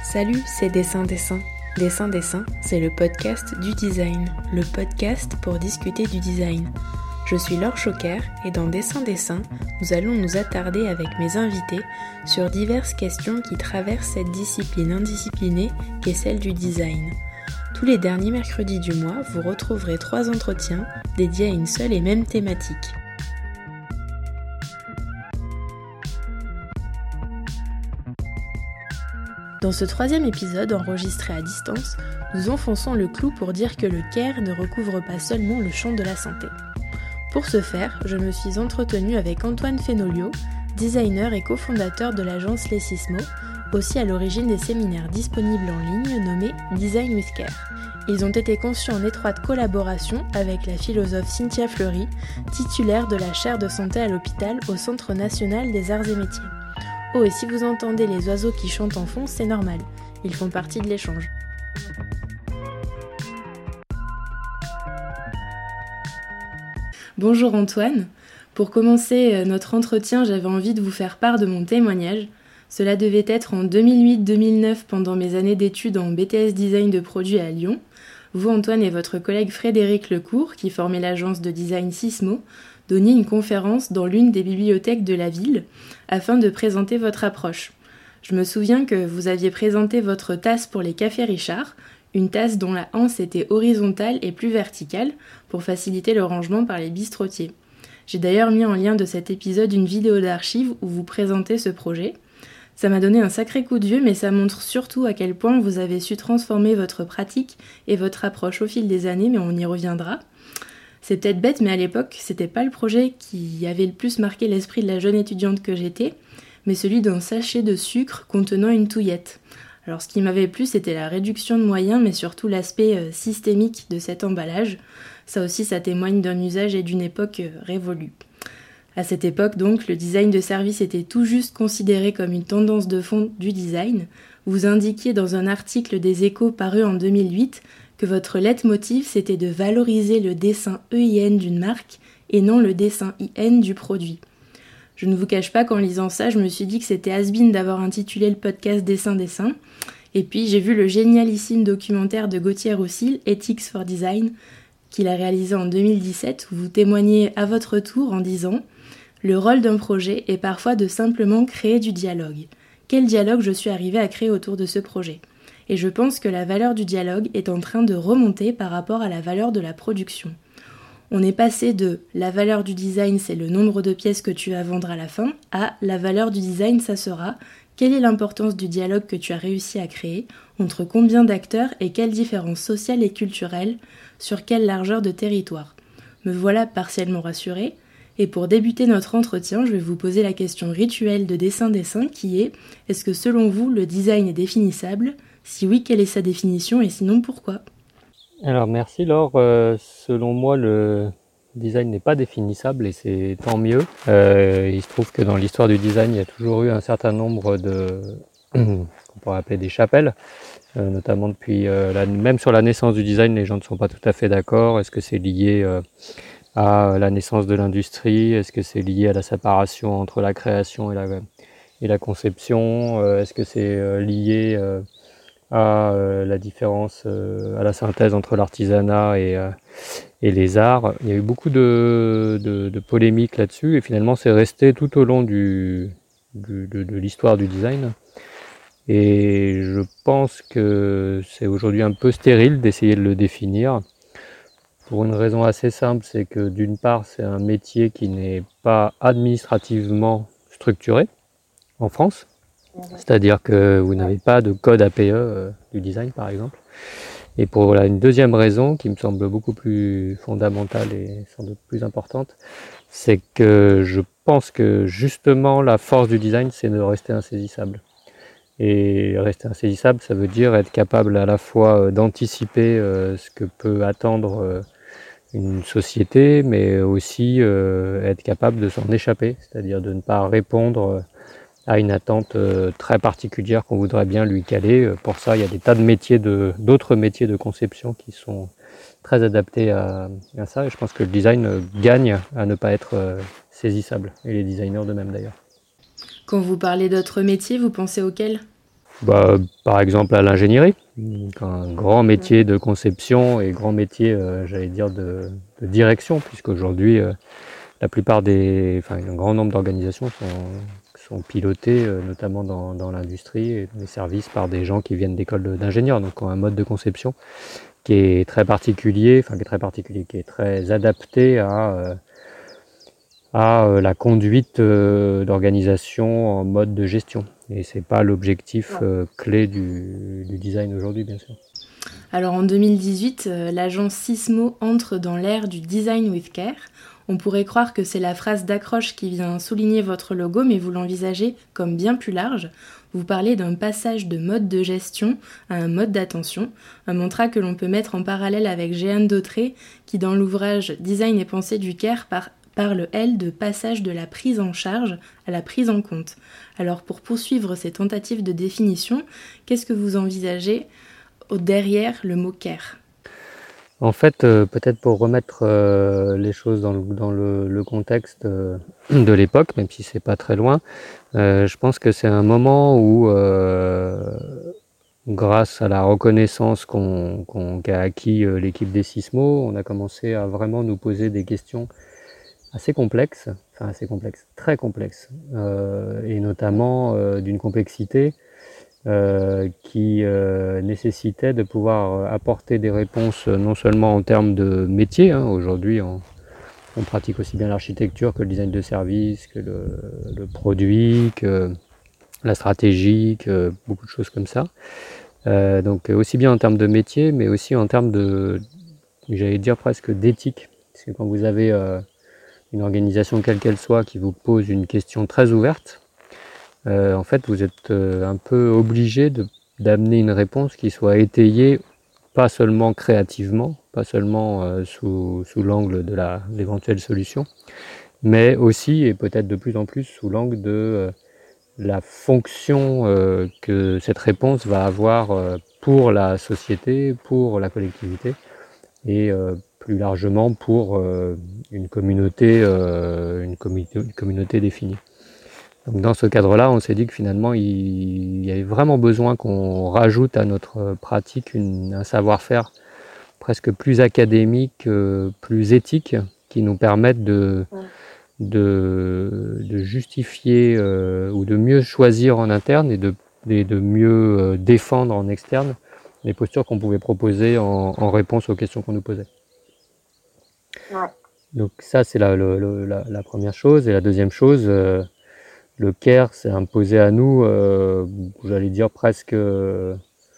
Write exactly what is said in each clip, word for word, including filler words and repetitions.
Salut, c'est Dessin Dessin. Dessin Dessin, c'est le podcast du design, le podcast pour discuter du design. Je suis Laure Choquer et dans Dessin Dessin, nous allons nous attarder avec mes invités sur diverses questions qui traversent cette discipline indisciplinée qu'est celle du design. Tous les derniers mercredis du mois, vous retrouverez trois entretiens dédiés à une seule et même thématique. Dans ce troisième épisode enregistré à distance, nous enfonçons le clou pour dire que le care ne recouvre pas seulement le champ de la santé. Pour ce faire, je me suis entretenue avec Antoine Fenolio, designer et cofondateur de l'agence Les Sismo, aussi à l'origine des séminaires disponibles en ligne nommés Design with Care. Ils ont été conçus en étroite collaboration avec la philosophe Cynthia Fleury, titulaire de la chaire de santé à l'hôpital au Centre national des arts et métiers. Oh, et si vous entendez les oiseaux qui chantent en fond, c'est normal, ils font partie de l'échange. Bonjour Antoine, pour commencer notre entretien, j'avais envie de vous faire part de mon témoignage. Cela devait être en deux mille huit deux mille neuf pendant mes années d'études en B T S Design de produits à Lyon. Vous Antoine et votre collègue Frédéric Lecourt, qui formait l'agence de design Sismo, donniez une conférence dans l'une des bibliothèques de la ville afin de présenter votre approche. Je me souviens que vous aviez présenté votre tasse pour les cafés Richard, une tasse dont la anse était horizontale et plus verticale pour faciliter le rangement par les bistrotiers. J'ai d'ailleurs mis en lien de cet épisode une vidéo d'archives où vous présentez ce projet. Ça m'a donné un sacré coup de vieux, mais ça montre surtout à quel point vous avez su transformer votre pratique et votre approche au fil des années, mais on y reviendra. C'est peut-être bête, mais à l'époque, c'était pas le projet qui avait le plus marqué l'esprit de la jeune étudiante que j'étais, mais celui d'un sachet de sucre contenant une touillette. Alors ce qui m'avait plu, c'était la réduction de moyens, mais surtout l'aspect euh, systémique de cet emballage. Ça aussi, ça témoigne d'un usage et d'une époque euh, révolue. À cette époque, donc, le design de service était tout juste considéré comme une tendance de fond du design. Vous indiquiez dans un article des Échos paru en deux mille huit que votre leitmotiv, c'était de valoriser le dessin E I N d'une marque et non le dessin I N du produit. Je ne vous cache pas qu'en lisant ça, je me suis dit que c'était has-been d'avoir intitulé le podcast Dessin Dessin. Et puis j'ai vu le génialissime documentaire de Gauthier Roussel, Ethics for Design, qu'il a réalisé en deux mille dix-sept, où vous témoignez à votre tour en disant « Le rôle d'un projet est parfois de simplement créer du dialogue. Quel dialogue je suis arrivée à créer autour de ce projet ?» Et je pense que la valeur du dialogue est en train de remonter par rapport à la valeur de la production. On est passé de « la valeur du design, c'est le nombre de pièces que tu vas vendre à la fin » à « la valeur du design, ça sera quelle est l'importance du dialogue que tu as réussi à créer, entre combien d'acteurs et quelles différences sociales et culturelles, sur quelle largeur de territoire ?» Me voilà partiellement rassurée. Et pour débuter notre entretien, je vais vous poser la question rituelle de Dessin Dessin qui est « Est-ce que selon vous, le design est définissable ? Si oui, quelle est sa définition et sinon pourquoi ?» Alors merci Laure, euh, selon moi le design n'est pas définissable et c'est tant mieux. Euh, il se trouve que dans l'histoire du design, il y a toujours eu un certain nombre de, qu'on pourrait appeler des chapelles, euh, notamment depuis, euh, la, même sur la naissance du design, les gens ne sont pas tout à fait d'accord. Est-ce que c'est lié euh, à la naissance de l'industrie? Est-ce que c'est lié à la séparation entre la création et la, et la conception? euh, Est-ce que c'est euh, lié euh, à euh, la différence, euh, à la synthèse entre l'artisanat et, euh, et les arts? Il y a eu beaucoup de, de, de polémiques là-dessus et finalement c'est resté tout au long du, du, de, de l'histoire du design. Et je pense que c'est aujourd'hui un peu stérile d'essayer de le définir. Pour une raison assez simple, c'est que d'une part c'est un métier qui n'est pas administrativement structuré en France. C'est-à-dire que vous n'avez pas de code A P E euh, du design par exemple. Et pour voilà, une deuxième raison qui me semble beaucoup plus fondamentale et sans doute plus importante, c'est que je pense que justement la force du design c'est de rester insaisissable. Et rester insaisissable, ça veut dire être capable à la fois d'anticiper euh, ce que peut attendre euh, une société, mais aussi euh, être capable de s'en échapper, c'est-à-dire de ne pas répondre euh, à une attente euh, très particulière qu'on voudrait bien lui caler. Pour ça, il y a des tas de métiers, de, d'autres métiers de conception qui sont très adaptés à, à ça. Et je pense que le design euh, gagne à ne pas être euh, saisissable, et les designers de même d'ailleurs. Quand vous parlez d'autres métiers, vous pensez auxquels ? bah, par exemple à l'ingénierie, donc un grand métier de conception et grand métier, euh, j'allais dire, de, de direction, puisqu'aujourd'hui, euh, la plupart des, enfin, un grand nombre d'organisations sont, sont pilotées, euh, notamment dans, dans l'industrie et dans les services, par des gens qui viennent d'écoles d'ingénieurs, donc qui ont un mode de conception qui est très particulier, enfin qui est très particulier, qui est très adapté à, euh, à euh, la conduite euh, d'organisation en mode de gestion. Et c'est pas l'objectif euh, clé du, du design aujourd'hui, bien sûr. Alors en deux mille dix-huit, euh, l'agence Sismo entre dans l'ère du Design with Care. On pourrait croire que c'est la phrase d'accroche qui vient souligner votre logo, mais vous l'envisagez comme bien plus large. Vous parlez d'un passage de mode de gestion à un mode d'attention, un mantra que l'on peut mettre en parallèle avec Jeanne Dautré, qui dans l'ouvrage Design et pensée du Care par parle, elle, de passage de la prise en charge à la prise en compte. Alors pour poursuivre ces tentatives de définition, qu'est-ce que vous envisagez derrière le mot care? En fait, euh, peut-être pour remettre euh, les choses dans le, dans le, le contexte euh, de l'époque, même si c'est pas très loin, euh, je pense que c'est un moment où, euh, grâce à la reconnaissance qu'on, qu'on, qu'a acquis euh, l'équipe des Sismo, on a commencé à vraiment nous poser des questions assez complexes, enfin assez complexes, très complexes, euh, et notamment euh, d'une complexité Euh, qui euh, nécessitait de pouvoir apporter des réponses non seulement en termes de métier, hein, aujourd'hui on, on pratique aussi bien l'architecture que le design de service, que le, le produit, que la stratégie, que beaucoup de choses comme ça. Euh, donc aussi bien en termes de métier, mais aussi en termes de, j'allais dire presque d'éthique. Parce que quand vous avez euh, une organisation quelle qu'elle soit qui vous pose une question très ouverte, Euh, en fait, vous êtes euh, un peu obligé de, d'amener une réponse qui soit étayée, pas seulement créativement, pas seulement euh, sous, sous l'angle de la, l'éventuelle solution, mais aussi, et peut-être de plus en plus, sous l'angle de euh, la fonction euh, que cette réponse va avoir euh, pour la société, pour la collectivité, et euh, plus largement pour euh, une communauté, euh, une, communauté, une communauté définie. Donc dans ce cadre-là, on s'est dit que finalement, il y avait vraiment besoin qu'on rajoute à notre pratique une, un savoir-faire presque plus académique, euh, plus éthique, qui nous permette de, de, de justifier euh, ou de mieux choisir en interne et de, et de mieux euh, défendre en externe les postures qu'on pouvait proposer en, en réponse aux questions qu'on nous posait. Ouais. Donc ça, c'est la, le, la, la première chose. Et la deuxième chose, euh, le care s'est imposé à nous, euh, j'allais dire presque, euh,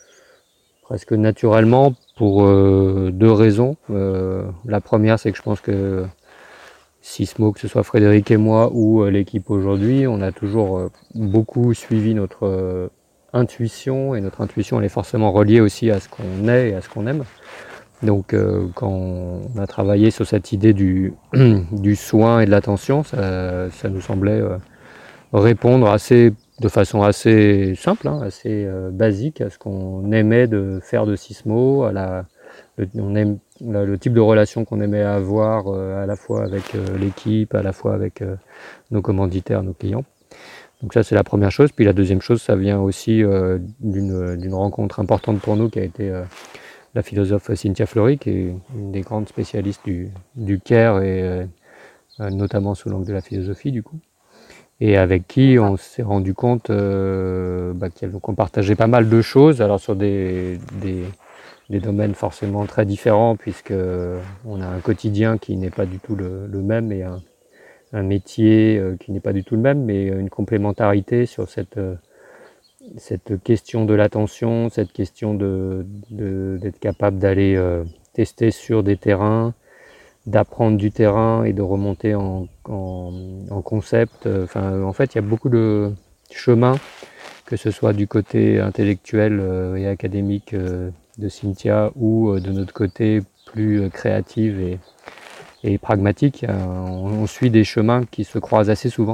presque naturellement pour euh, deux raisons. Euh, la première, c'est que je pense que Sismo, que ce soit Frédéric et moi ou euh, l'équipe aujourd'hui, on a toujours euh, beaucoup suivi notre euh, intuition, et notre intuition elle est forcément reliée aussi à ce qu'on est et à ce qu'on aime. Donc euh, quand on a travaillé sur cette idée du, du soin et de l'attention, ça, ça nous semblait euh, répondre assez, de façon assez simple, hein, assez euh, basique à ce qu'on aimait de faire de Sismo, à la, le, on aime, la, le type de relation qu'on aimait avoir euh, à la fois avec euh, l'équipe, à la fois avec euh, nos commanditaires, nos clients. Donc ça c'est la première chose. Puis la deuxième chose, ça vient aussi euh, d'une, d'une rencontre importante pour nous qui a été euh, la philosophe Cynthia Fleury, qui est une des grandes spécialistes du, du care et euh, notamment sous l'angle de la philosophie du coup. Et avec qui on s'est rendu compte euh, bah, qu'on partageait pas mal de choses, alors sur des, des, des domaines forcément très différents, puisque on a un quotidien qui n'est pas du tout le, le même et un, un métier euh, qui n'est pas du tout le même, mais une complémentarité sur cette, euh, cette question de l'attention, cette question de, de, d'être capable d'aller euh, tester sur des terrains, d'apprendre du terrain et de remonter en, en, en concept. Enfin, en fait, il y a beaucoup de chemins, que ce soit du côté intellectuel et académique de Cynthia ou de notre côté plus créatif et, et pragmatique. On, on suit des chemins qui se croisent assez souvent.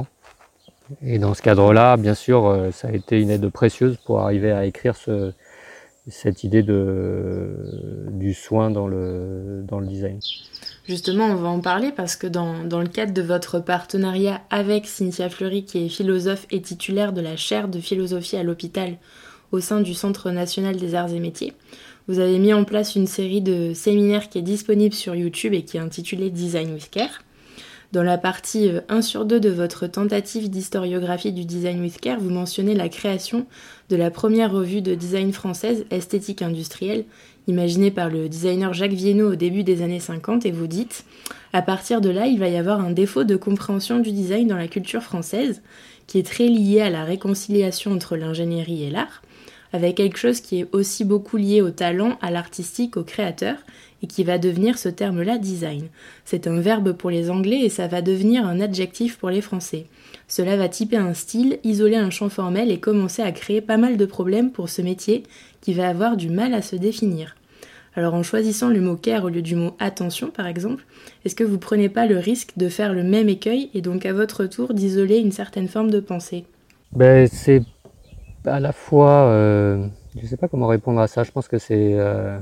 Et dans ce cadre-là, bien sûr, ça a été une aide précieuse pour arriver à écrire ce, cette idée de, du soin dans le, dans le design. Justement, on va en parler parce que dans, dans le cadre de votre partenariat avec Cynthia Fleury, qui est philosophe et titulaire de la chaire de philosophie à l'hôpital au sein du Centre national des arts et métiers. Vous avez mis en place une série de séminaires qui est disponible sur YouTube et qui est intitulée Design with Care. Dans la partie un sur deux de votre tentative d'historiographie du Design with Care, vous mentionnez la création de la première revue de design française, Esthétique industrielle, imaginée par le designer Jacques Viennot au début des années cinquante, et vous dites « À partir de là, il va y avoir un défaut de compréhension du design dans la culture française, qui est très lié à la réconciliation entre l'ingénierie et l'art, avec quelque chose qui est aussi beaucoup lié au talent, à l'artistique, au créateur, et qui va devenir ce terme-là design. C'est un verbe pour les Anglais et ça va devenir un adjectif pour les Français. Cela va typer un style, isoler un champ formel et commencer à créer pas mal de problèmes pour ce métier qui va avoir du mal à se définir. Alors en choisissant le mot care au lieu du mot attention par exemple, est-ce que vous prenez pas le risque de faire le même écueil et donc à votre tour d'isoler une certaine forme de pensée ? Ben, c'est à la fois, euh, je sais pas comment répondre à ça, je pense que c'est... Euh...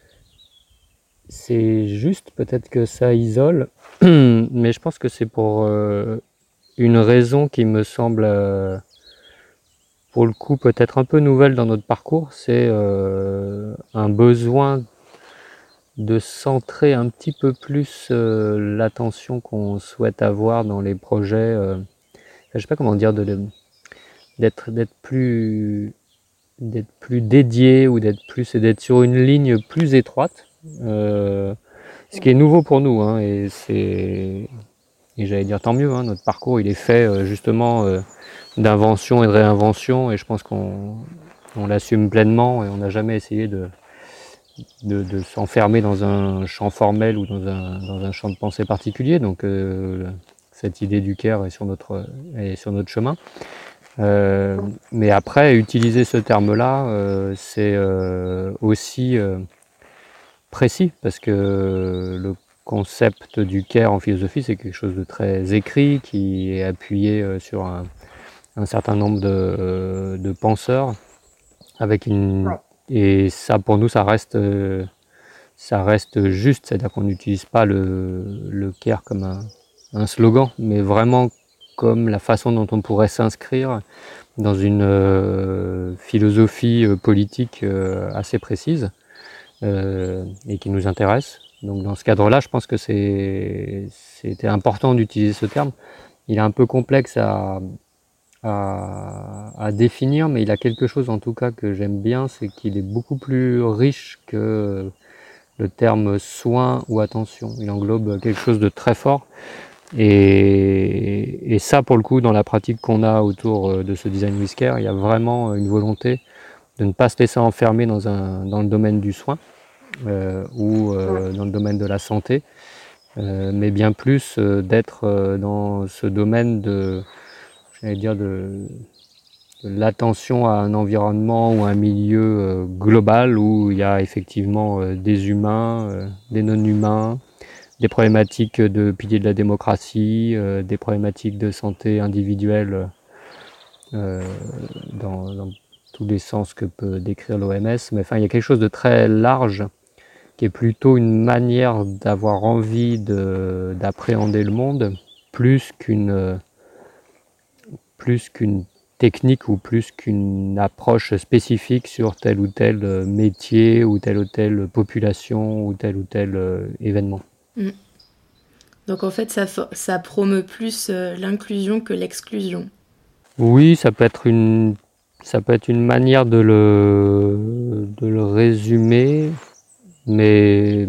C'est juste, peut-être que ça isole, mais je pense que c'est pour euh, une raison qui me semble, euh, pour le coup, peut-être un peu nouvelle dans notre parcours. C'est euh, un besoin de centrer un petit peu plus euh, l'attention qu'on souhaite avoir dans les projets. Euh, je sais pas comment dire, de, d'être, d'être plus, d'être plus dédié ou d'être plus, et d'être sur une ligne plus étroite. Euh, ce qui est nouveau pour nous, hein, et c'est, et j'allais dire tant mieux, hein, notre parcours il est fait euh, justement euh, d'invention et de réinvention, et je pense qu'on on l'assume pleinement et on n'a jamais essayé de, de, de s'enfermer dans un champ formel ou dans un, dans un champ de pensée particulier. Donc euh, cette idée du care est sur notre, est sur notre chemin. Euh, mais après, utiliser ce terme-là, euh, c'est euh, aussi euh, précis, parce que le concept du care en philosophie, c'est quelque chose de très écrit, qui est appuyé sur un, un certain nombre de, de penseurs, avec une, et ça pour nous ça reste, ça reste juste, c'est-à-dire qu'on n'utilise pas le, le care comme un, un slogan, mais vraiment comme la façon dont on pourrait s'inscrire dans une euh, philosophie euh, politique euh, assez précise. Euh, et qui nous intéresse. Donc dans ce cadre-là, je pense que c'est, c'était important d'utiliser ce terme. Il est un peu complexe à, à, à définir, mais il a quelque chose en tout cas que j'aime bien, c'est qu'il est beaucoup plus riche que le terme soin ou attention. Il englobe quelque chose de très fort. Et, et ça, pour le coup, dans la pratique qu'on a autour de ce Design with Care, il y a vraiment une volonté de ne pas se laisser enfermer dans, un, dans le domaine du soin, Euh, ou euh, dans le domaine de la santé, euh, mais bien plus euh, d'être euh, dans ce domaine de, j'allais dire de, de l'attention à un environnement ou un milieu euh, global où il y a effectivement euh, des humains, euh, des non-humains, des problématiques de piliers de la démocratie, euh, des problématiques de santé individuelle euh, dans, dans tous les sens que peut décrire l'O M S, mais enfin il y a quelque chose de très large qui est plutôt une manière d'avoir envie de, d'appréhender le monde, plus qu'une, plus qu'une technique ou plus qu'une approche spécifique sur tel ou tel métier ou telle ou telle population ou tel ou tel événement. Mmh. Donc en fait, ça, ça promeut plus l'inclusion que l'exclusion. Oui, ça peut être une, ça peut être une manière de le, de le résumer. Mais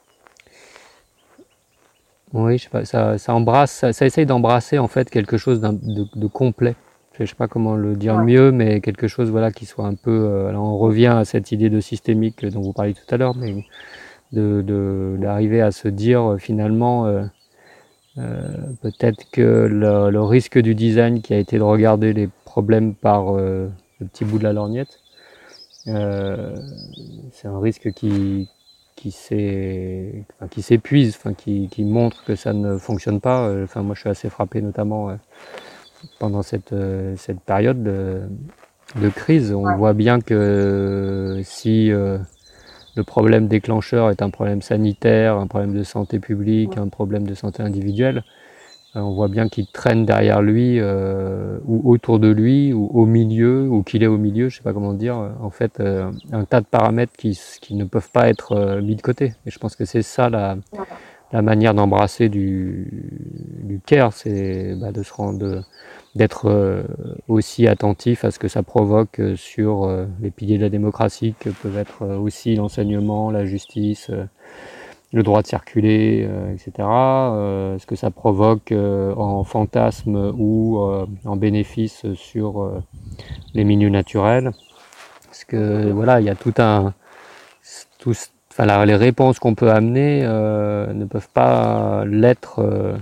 oui, je sais pas, ça, ça embrasse, ça, ça essaye d'embrasser en fait quelque chose de, de complet. Je sais pas comment le dire ouais. mieux, mais quelque chose voilà qui soit un peu. Euh, alors on revient à cette idée de systémique dont vous parliez tout à l'heure, mais de, de d'arriver à se dire finalement euh, euh, peut-être que le, le risque du design qui a été de regarder les problèmes par euh, le petit bout de la lorgnette, euh, c'est un risque qui qui s'est, enfin, qui s'épuise, enfin, qui, qui montre que ça ne fonctionne pas. Enfin, moi, je suis assez frappé, notamment euh, pendant cette, euh, cette période de, de crise. On ouais. voit bien que si euh, le problème déclencheur est un problème sanitaire, un problème de santé publique, ouais. un problème de santé individuelle, on voit bien qu'il traîne derrière lui euh, ou autour de lui ou au milieu ou qu'il est au milieu, je sais pas comment dire, en fait euh, un tas de paramètres qui, qui ne peuvent pas être euh, mis de côté. Et je pense que c'est ça la, la manière d'embrasser du, du care, c'est bah, de se rendre, d'être euh, aussi attentif à ce que ça provoque sur euh, les piliers de la démocratie que peuvent être aussi l'enseignement, la justice, euh, le droit de circuler, euh, et cetera. Euh, ce que ça provoque euh, en fantasme ou euh, en bénéfice sur euh, les milieux naturels. Parce que voilà, il y a tout un, tout, enfin la, les réponses qu'on peut amener euh, ne peuvent pas l'être euh,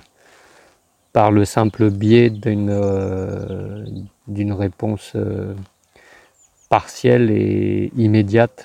par le simple biais d'une euh, d'une réponse euh, partielle et immédiate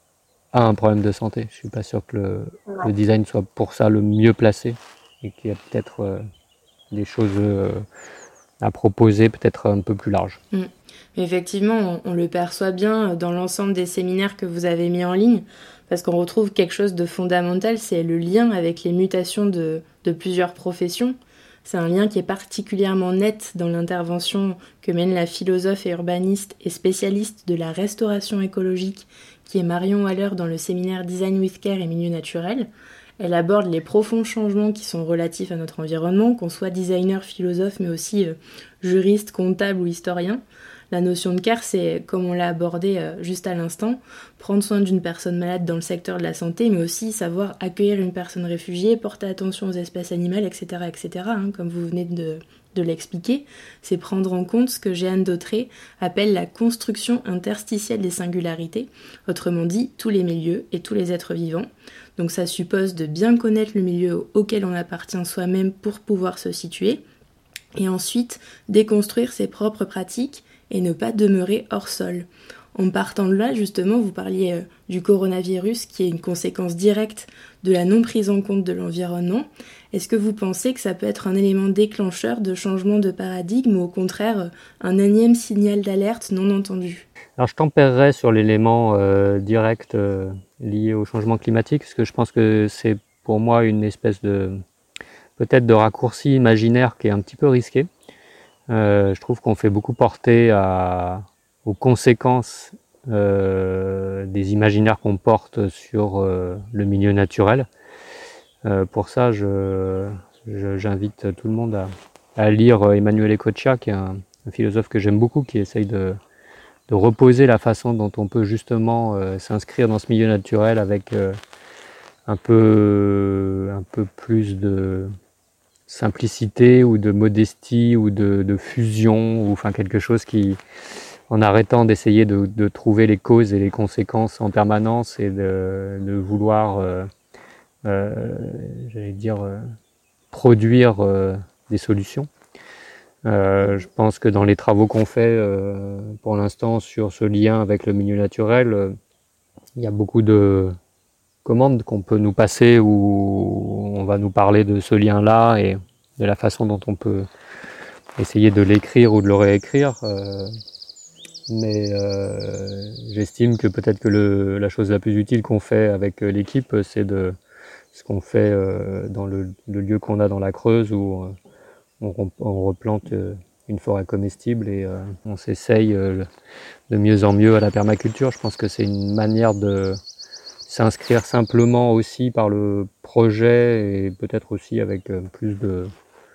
à un problème de santé. Je suis pas sûr que le, le design soit pour ça le mieux placé et qu'il y a peut-être euh, des choses euh, à proposer peut-être un peu plus larges. Mmh. Effectivement, on, on le perçoit bien dans l'ensemble des séminaires que vous avez mis en ligne, parce qu'on retrouve quelque chose de fondamental, c'est le lien avec les mutations de, de plusieurs professions. C'est un lien qui est particulièrement net dans l'intervention que mène la philosophe et urbaniste et spécialiste de la restauration écologique, qui est Marion Haller dans le séminaire Design with Care et Milieu naturel. Elle aborde les profonds changements qui sont relatifs à notre environnement, qu'on soit designer, philosophe, mais aussi euh, juriste, comptable ou historien. La notion de care, c'est, comme on l'a abordé euh, juste à l'instant, prendre soin d'une personne malade dans le secteur de la santé, mais aussi savoir accueillir une personne réfugiée, porter attention aux espèces animales, et cetera, et cetera, hein, comme vous venez de, de l'expliquer. C'est prendre en compte ce que Jeanne Dautré appelle la construction interstitielle des singularités, autrement dit, tous les milieux et tous les êtres vivants. Donc ça suppose de bien connaître le milieu auquel on appartient soi-même pour pouvoir se situer, et ensuite déconstruire ses propres pratiques et ne pas demeurer hors sol. En partant de là, justement, vous parliez euh, du coronavirus qui est une conséquence directe de la non prise en compte de l'environnement. Est-ce que vous pensez que ça peut être un élément déclencheur de changement de paradigme ou au contraire un énième signal d'alerte non entendu ? Alors je tempérerais sur l'élément euh, direct euh, lié au changement climatique, parce que je pense que c'est pour moi une espèce de peut-être de raccourci imaginaire qui est un petit peu risqué. Euh, je trouve qu'on fait beaucoup porter à, aux conséquences euh, des imaginaires qu'on porte sur euh, le milieu naturel. Euh, pour ça, je, je, j'invite tout le monde à, à lire Emmanuel Ecochia, qui est un, un philosophe que j'aime beaucoup, qui essaye de, de reposer la façon dont on peut justement euh, s'inscrire dans ce milieu naturel avec euh, un peu, un peu plus de simplicité ou de modestie ou de, de fusion, ou enfin quelque chose qui, en arrêtant d'essayer de, de trouver les causes et les conséquences en permanence et de, de vouloir, euh, euh, j'allais dire, euh, produire euh, des solutions. Euh, je pense que dans les travaux qu'on fait euh, pour l'instant sur ce lien avec le milieu naturel, euh, il y a beaucoup de commandes qu'on peut nous passer où on va nous parler de ce lien-là et de la façon dont on peut essayer de l'écrire ou de le réécrire. Euh, mais euh, j'estime que peut-être que le, la chose la plus utile qu'on fait avec l'équipe, c'est de ce qu'on fait euh, dans le, le lieu qu'on a dans la Creuse où on, on replante une forêt comestible et euh, on s'essaye euh, de mieux en mieux à la permaculture. Je pense que c'est une manière de s'inscrire simplement aussi par le projet et peut-être aussi avec plus de,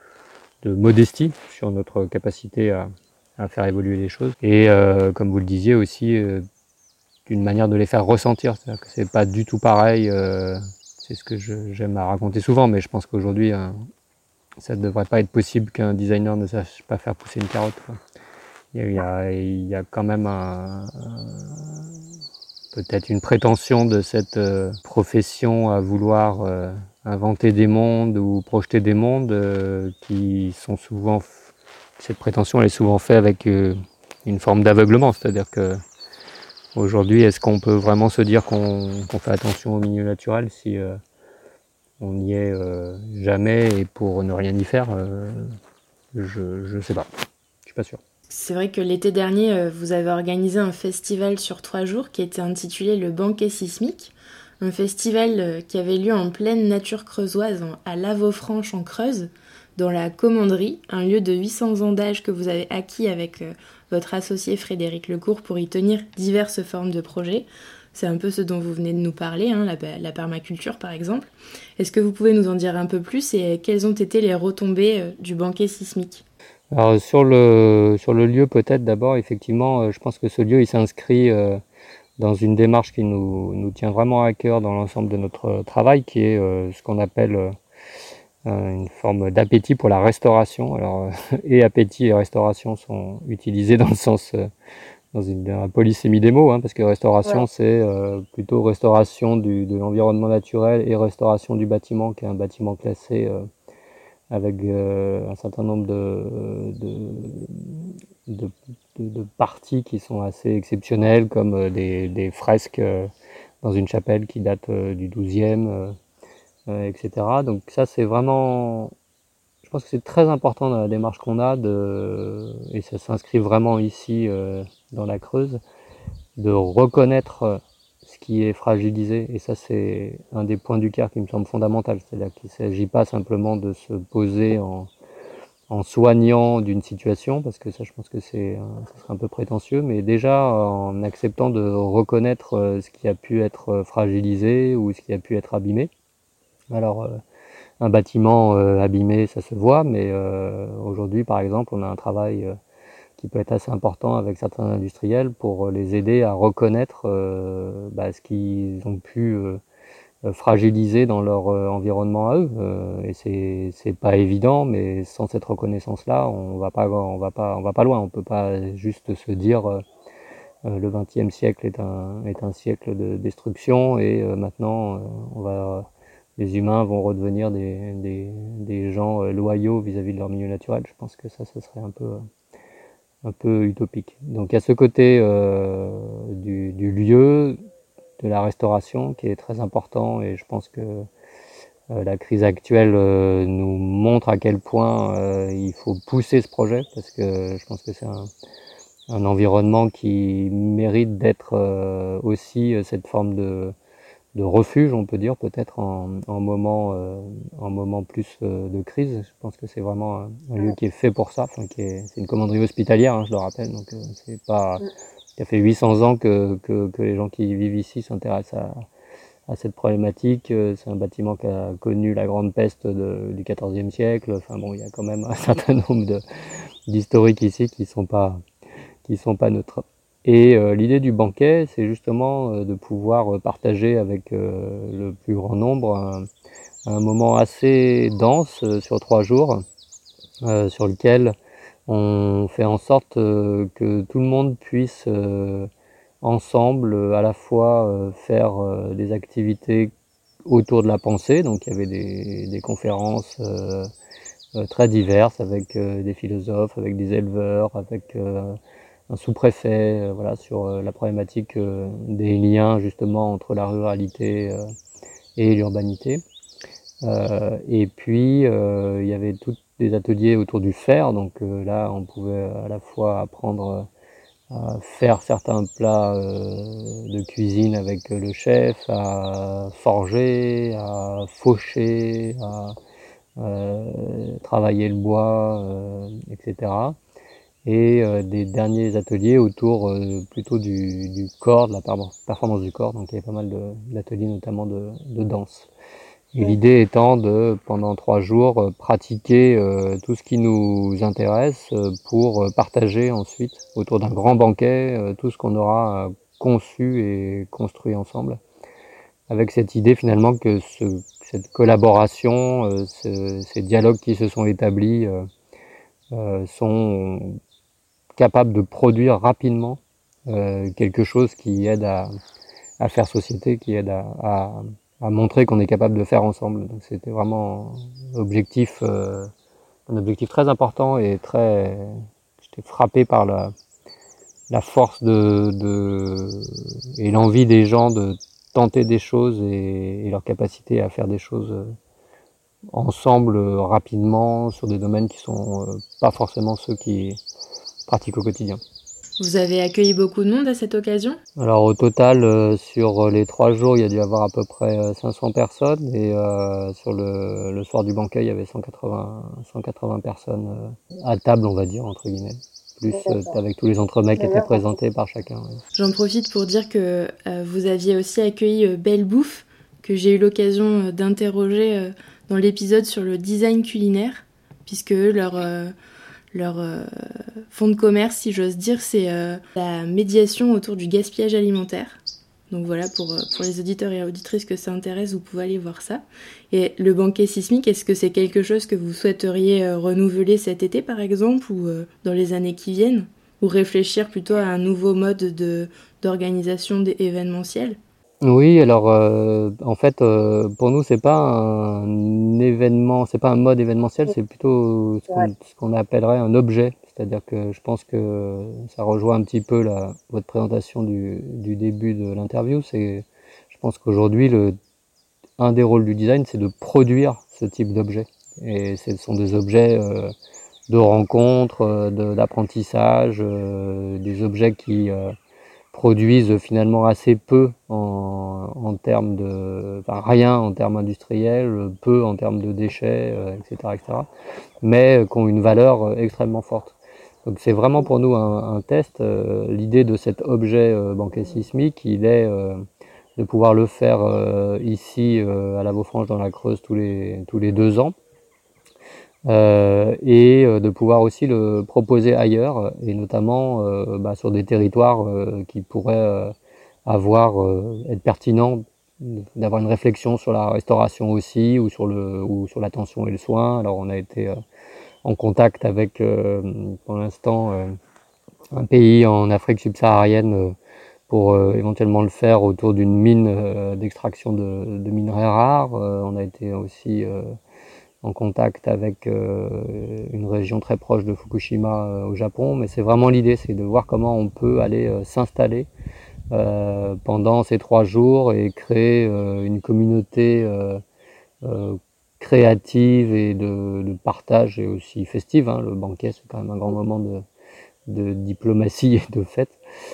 de modestie sur notre capacité à, à faire évoluer les choses. Et euh, comme vous le disiez aussi, euh, d'une manière de les faire ressentir. C'est-à-dire que c'est pas du tout pareil. Euh, c'est ce que je, j'aime à raconter souvent, mais je pense qu'aujourd'hui, euh, ça ne devrait pas être possible qu'un designer ne sache pas faire pousser une carotte, quoi. Il y a, il y a quand même un, un peut-être une prétention de cette euh, profession à vouloir euh, inventer des mondes ou projeter des mondes euh, qui sont souvent, f- cette prétention elle est souvent faite avec euh, une forme d'aveuglement, c'est-à-dire que aujourd'hui est-ce qu'on peut vraiment se dire qu'on, qu'on fait attention au milieu naturel si euh, on n'y est euh, jamais et pour ne rien y faire, euh, je, je sais pas, je suis pas sûr. C'est vrai que l'été dernier, vous avez organisé un festival sur trois jours qui était intitulé Le Banquet Sismique. Un festival qui avait lieu en pleine nature creusoise, à La Vaufranche en Creuse, dans la commanderie, un lieu de huit cents ans d'âge que vous avez acquis avec euh, votre associé Frédéric Lecourt pour y tenir diverses formes de projets. C'est un peu ce dont vous venez de nous parler, hein, la, la permaculture par exemple. Est-ce que vous pouvez nous en dire un peu plus et quelles ont été les retombées euh, du banquet sismique ? Alors sur le, sur le lieu peut-être d'abord, effectivement, euh, je pense que ce lieu il s'inscrit euh, dans une démarche qui nous, nous tient vraiment à cœur dans l'ensemble de notre travail, qui est euh, ce qu'on appelle euh, une forme d'appétit pour la restauration. Alors, euh, et appétit et restauration sont utilisés dans le sens, euh, dans une dans la polysémie des mots, hein, parce que restauration, ouais. c'est euh, plutôt restauration du, de l'environnement naturel et restauration du bâtiment, qui est un bâtiment classé euh, avec euh, un certain nombre de, de, de, de, de parties qui sont assez exceptionnelles, comme euh, des, des fresques euh, dans une chapelle qui date euh, du douzième, euh, euh, et cetera. Donc ça, c'est vraiment, je pense que c'est très important dans la démarche qu'on a, de, et ça s'inscrit vraiment ici euh, dans la Creuse, de reconnaître ce qui est fragilisé. Et ça, c'est un des points du C A R qui me semble fondamental. C'est-à-dire qu'il ne s'agit pas simplement de se poser en, en soignant d'une situation, parce que ça, je pense que c'est, ça serait un peu prétentieux, mais déjà en acceptant de reconnaître ce qui a pu être fragilisé ou ce qui a pu être abîmé. Alors, euh, un bâtiment euh, abîmé, ça se voit, mais euh, aujourd'hui, par exemple, on a un travail euh, qui peut être assez important avec certains industriels pour les aider à reconnaître euh, bah, ce qu'ils ont pu euh, fragiliser dans leur euh, environnement à eux. Euh, et c'est c'est pas évident, mais sans cette reconnaissance-là, on va pas, on va pas, on va pas loin. On peut pas juste se dire euh, euh, le vingtième siècle est un est un siècle de destruction et euh, maintenant euh, on va les humains vont redevenir des, des, des gens loyaux vis-à-vis de leur milieu naturel. Je pense que ça, ce serait un peu, un peu utopique. Donc, il y a ce côté euh, du, du lieu, de la restauration qui est très important, et je pense que euh, la crise actuelle euh, nous montre à quel point euh, il faut pousser ce projet, parce que je pense que c'est un, un environnement qui mérite d'être euh, aussi cette forme de de refuge, on peut dire, peut-être en, en moment euh, en moment plus euh, de crise. Je pense que c'est vraiment un, un lieu qui est fait pour ça, enfin qui est, c'est une commanderie hospitalière, hein, je le rappelle, donc euh, c'est pas, ça fait huit cents ans que, que, que les gens qui vivent ici s'intéressent à, à cette problématique. C'est un bâtiment qui a connu la grande peste de, du quatorzième siècle. Enfin bon, il y a quand même un certain nombre de, d'historiques ici qui sont pas qui sont pas neutres. Et euh, l'idée du banquet, c'est justement euh, de pouvoir euh, partager avec euh, le plus grand nombre un, un moment assez dense euh, sur trois jours, euh, sur lequel on fait en sorte euh, que tout le monde puisse euh, ensemble euh, à la fois euh, faire euh, des activités autour de la pensée. Donc il y avait des, des conférences euh, euh, très diverses avec euh, des philosophes, avec des éleveurs, avec euh, un sous-préfet, euh, voilà, sur euh, la problématique euh, des liens justement entre la ruralité euh, et l'urbanité. Euh, et puis euh, il y avait tous des ateliers autour du fer, donc euh, là on pouvait à la fois apprendre à faire certains plats euh, de cuisine avec le chef, à forger, à faucher, à euh, travailler le bois, euh, et cetera. Et euh, des derniers ateliers autour euh, plutôt du, du corps, de la performance du corps. Donc il y avait pas mal de, d'ateliers notamment de, de danse. Et l'idée étant de, pendant trois jours, euh, pratiquer euh, tout ce qui nous intéresse euh, pour partager ensuite autour d'un grand banquet euh, tout ce qu'on aura euh, conçu et construit ensemble. Avec cette idée finalement que ce, cette collaboration, euh, ce, ces dialogues qui se sont établis euh, euh, sont capables de produire rapidement euh, quelque chose qui aide à, à faire société, qui aide à, à, à montrer qu'on est capable de faire ensemble. Donc c'était vraiment un objectif, euh, un objectif très important et très, j'étais frappé par la, la force de, de et l'envie des gens de tenter des choses et, et leur capacité à faire des choses ensemble euh, rapidement sur des domaines qui sont euh, pas forcément ceux qui pratiquent au quotidien. Vous avez accueilli beaucoup de monde à cette occasion? Alors au total, euh, sur les trois jours, il y a dû y avoir à peu près euh, cinq cents personnes et euh, sur le, le soir du banquet, il y avait cent quatre-vingts, cent quatre-vingts personnes euh, à table, on va dire, entre guillemets. Plus euh, avec tous les entremets qui étaient présentés par chacun. Ouais. J'en profite pour dire que euh, vous aviez aussi accueilli euh, Belle Bouffe, que j'ai eu l'occasion euh, d'interroger euh, dans l'épisode sur le design culinaire, puisque eux, leur, euh, leur euh, fonds de commerce, si j'ose dire, c'est euh, la médiation autour du gaspillage alimentaire. Donc voilà, pour, euh, pour les auditeurs et auditrices que ça intéresse, vous pouvez aller voir ça. Et le banquet sismique, est-ce que c'est quelque chose que vous souhaiteriez euh, renouveler cet été, par exemple, ou euh, dans les années qui viennent? Ou réfléchir plutôt à un nouveau mode de, d'organisation des événementiels? Oui, alors euh, en fait, euh, pour nous, c'est pas un événement, c'est pas un mode événementiel, c'est plutôt ce qu'on, ce qu'on appellerait un objet. C'est-à-dire que je pense que ça rejoint un petit peu la, votre présentation du, du début de l'interview. C'est, je pense qu'aujourd'hui, le, un des rôles du design, c'est de produire ce type d'objet. Et ce sont des objets euh, de rencontre, euh, de, d'apprentissage, euh, des objets qui euh, produisent finalement assez peu en, en termes de, enfin rien en termes industriels, peu en termes de déchets, euh, et cetera, et cetera, mais qui ont une valeur extrêmement forte. Donc c'est vraiment pour nous un, un test. Euh, l'idée de cet objet euh, banquet sismique, il est euh, de pouvoir le faire euh, ici euh, à la Vaufranche dans la Creuse tous les tous les deux ans. Euh, et euh, de pouvoir aussi le proposer ailleurs, et notamment euh, bah, sur des territoires euh, qui pourraient euh, avoir euh, être pertinents, d'avoir une réflexion sur la restauration aussi, ou sur le ou sur l'attention et le soin. Alors on a été euh, en contact avec euh, pour l'instant euh, un pays en Afrique subsaharienne euh, pour euh, éventuellement le faire autour d'une mine euh, d'extraction de, de minerais rares. Euh, on a été aussi euh, en contact avec euh, une région très proche de Fukushima euh, au Japon, mais c'est vraiment l'idée, c'est de voir comment on peut aller euh, s'installer euh, pendant ces trois jours et créer euh, une communauté euh, euh, créative et de, de partage et aussi festive. Hein. Le banquet, c'est quand même un grand moment de, de diplomatie et de fête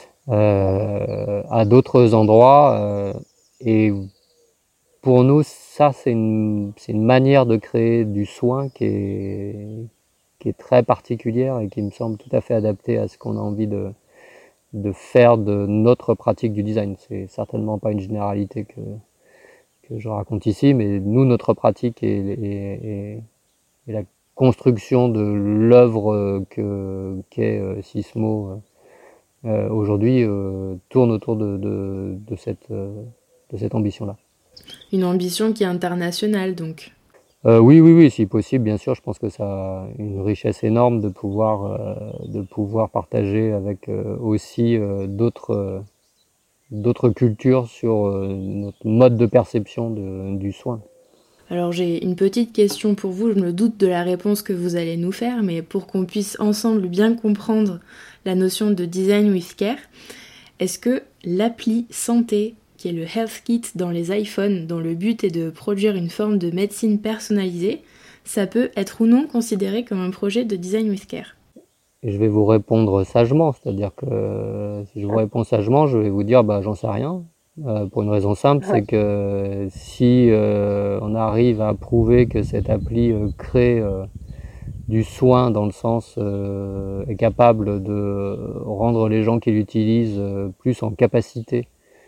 euh, à d'autres endroits. Euh, et pour nous, ça, c'est une, c'est une manière de créer du soin qui est, qui est très particulière et qui me semble tout à fait adaptée à ce qu'on a envie de, de faire de notre pratique du design. C'est certainement pas une généralité que, que je raconte ici, mais nous, notre pratique et, et, et, et la construction de l'œuvre que, qu'est euh, Sismo euh, aujourd'hui euh, tourne autour de, de, de cette, euh, de cette ambition-là. Une ambition qui est internationale, donc. Euh, oui, oui, oui, si possible, bien sûr. Je pense que ça a une richesse énorme de pouvoir, euh, de pouvoir partager avec euh, aussi euh, d'autres, euh, d'autres cultures sur euh, notre mode de perception de, du soin. Alors j'ai une petite question pour vous, je me doute de la réponse que vous allez nous faire, mais pour qu'on puisse ensemble bien comprendre la notion de design with care, est-ce que l'appli santé, qui est le Health Kit dans les iPhones, dont le but est de produire une forme de médecine personnalisée, ça peut être ou non considéré comme un projet de design with care? Et je vais vous répondre sagement, c'est-à-dire que euh, si je vous réponds sagement, je vais vous dire bah j'en sais rien. Euh, pour une raison simple, c'est que si euh, on arrive à prouver que cette appli euh, crée euh, du soin dans le sens euh, est capable de rendre les gens qui l'utilisent euh, plus en capacité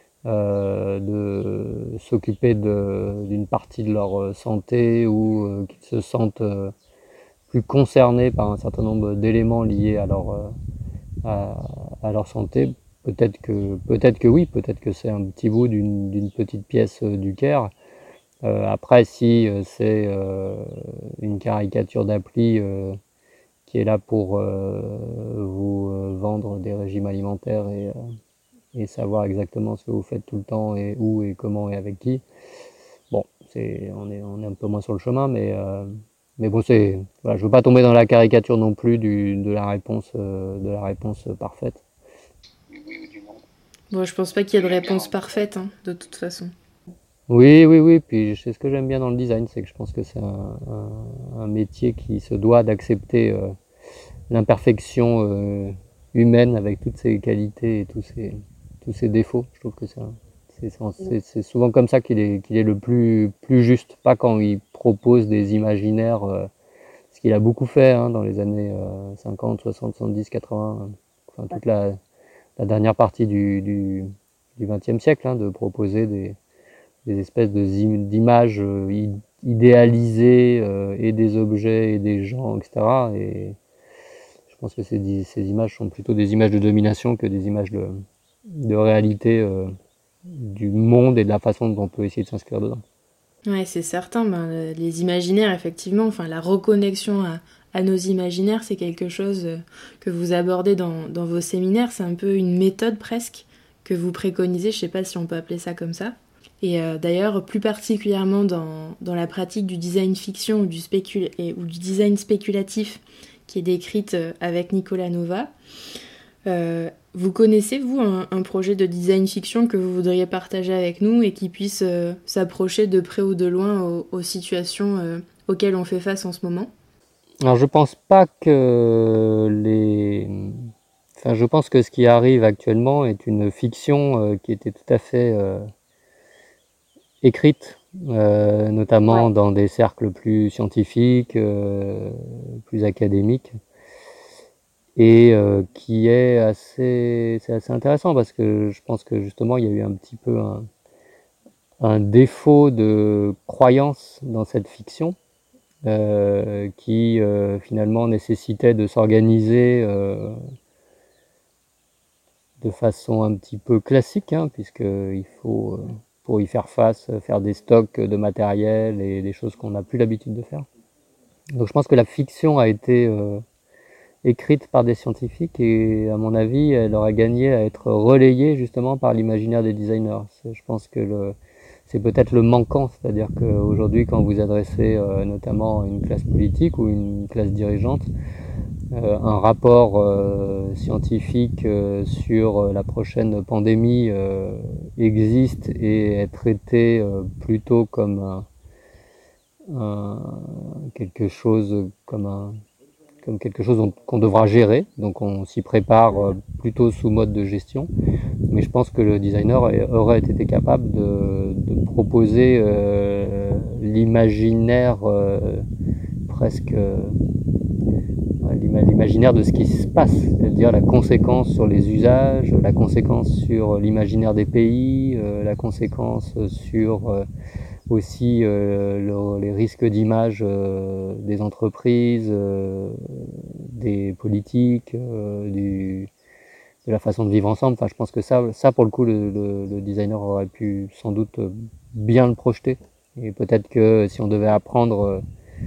euh, de s'occuper d'une partie de leur santé ou euh, qu'ils se sentent euh, plus concernés par un certain nombre d'éléments liés à leur, euh, à, à leur santé, peut-être que, peut-être que oui, peut-être que c'est un petit bout d'une d'une petite pièce euh, du Caire. Euh, après, si euh, c'est euh, une caricature d'appli euh, qui est là pour euh, vous euh, vendre des régimes alimentaires et, euh, et savoir exactement ce que vous faites tout le temps et où et comment et avec qui, bon, c'est, on est, on est un peu moins sur le chemin, mais, euh, mais bon, c'est, voilà, je veux pas tomber dans la caricature non plus du, de la réponse, euh, de la réponse parfaite. Bon, je pense pas qu'il y ait de réponse parfaite, hein, de toute façon. Oui, oui, oui. Puis c'est ce que j'aime bien dans le design, c'est que je pense que c'est un, un, un métier qui se doit d'accepter euh, l'imperfection euh, humaine avec toutes ses qualités et tous ses, tous ses défauts. Je trouve que ça, c'est, c'est, c'est souvent comme ça qu'il est, qu'il est le plus, plus juste, pas quand il propose des imaginaires, euh, ce qu'il a beaucoup fait hein, dans les années euh, cinquante, soixante, soixante-dix, quatre-vingts, enfin toute la, la dernière partie du, du, du vingtième siècle, hein, de proposer des, des espèces de, d'images euh, idéalisées euh, et des objets et des gens, et cetera. Et je pense que ces, ces images sont plutôt des images de domination que des images de, de réalité euh, du monde et de la façon dont on peut essayer de s'inscrire dedans. Ouais, c'est certain. Ben, les imaginaires, effectivement, enfin la reconnexion à, à nos imaginaires, c'est quelque chose que vous abordez dans, dans vos séminaires. C'est un peu une méthode presque que vous préconisez. Je sais pas si on peut appeler ça comme ça. Et euh, d'ailleurs, plus particulièrement dans, dans la pratique du design fiction ou du, spécul- et, ou du design spéculatif qui est décrite avec Nicolas Nova. Euh, vous connaissez, vous, un, un projet de design fiction que vous voudriez partager avec nous et qui puisse euh, s'approcher de près ou de loin aux, aux situations euh, auxquelles on fait face en ce moment? Alors, je pense pas que les... Enfin, je pense que ce qui arrive actuellement est une fiction euh, qui était tout à fait euh, écrite, euh, notamment Ouais. dans des cercles plus scientifiques, euh, plus académiques. Et euh, qui est assez, c'est assez intéressant parce que je pense que justement il y a eu un petit peu un, un défaut de croyance dans cette fiction euh, qui euh, finalement nécessitait de s'organiser euh, de façon un petit peu classique, hein, puisqu'il faut, euh, pour y faire face, faire des stocks de matériel et des choses qu'on n'a plus l'habitude de faire. Donc je pense que la fiction a été euh, écrite par des scientifiques et à mon avis elle aurait gagné à être relayée justement par l'imaginaire des designers. Je pense que le, c'est peut-être le manquant, c'est-à-dire qu'aujourd'hui quand vous adressez euh, notamment une classe politique ou une classe dirigeante, euh, un rapport euh, scientifique euh, sur la prochaine pandémie euh, existe et est traité euh, plutôt comme un, un, quelque chose comme un comme quelque chose qu'on devra gérer, donc on s'y prépare plutôt sous mode de gestion. Mais je pense que le designer aurait été capable de, de proposer euh, l'imaginaire euh, presque euh, l'imaginaire de ce qui se passe, c'est-à-dire la conséquence sur les usages, la conséquence sur l'imaginaire des pays, euh, la conséquence sur euh, aussi euh, le, les risques d'image euh, des entreprises, euh, des politiques, euh, du, de la façon de vivre ensemble. Enfin, je pense que ça, ça pour le coup, le, le, le designer aurait pu sans doute bien le projeter. Et peut-être que si on devait apprendre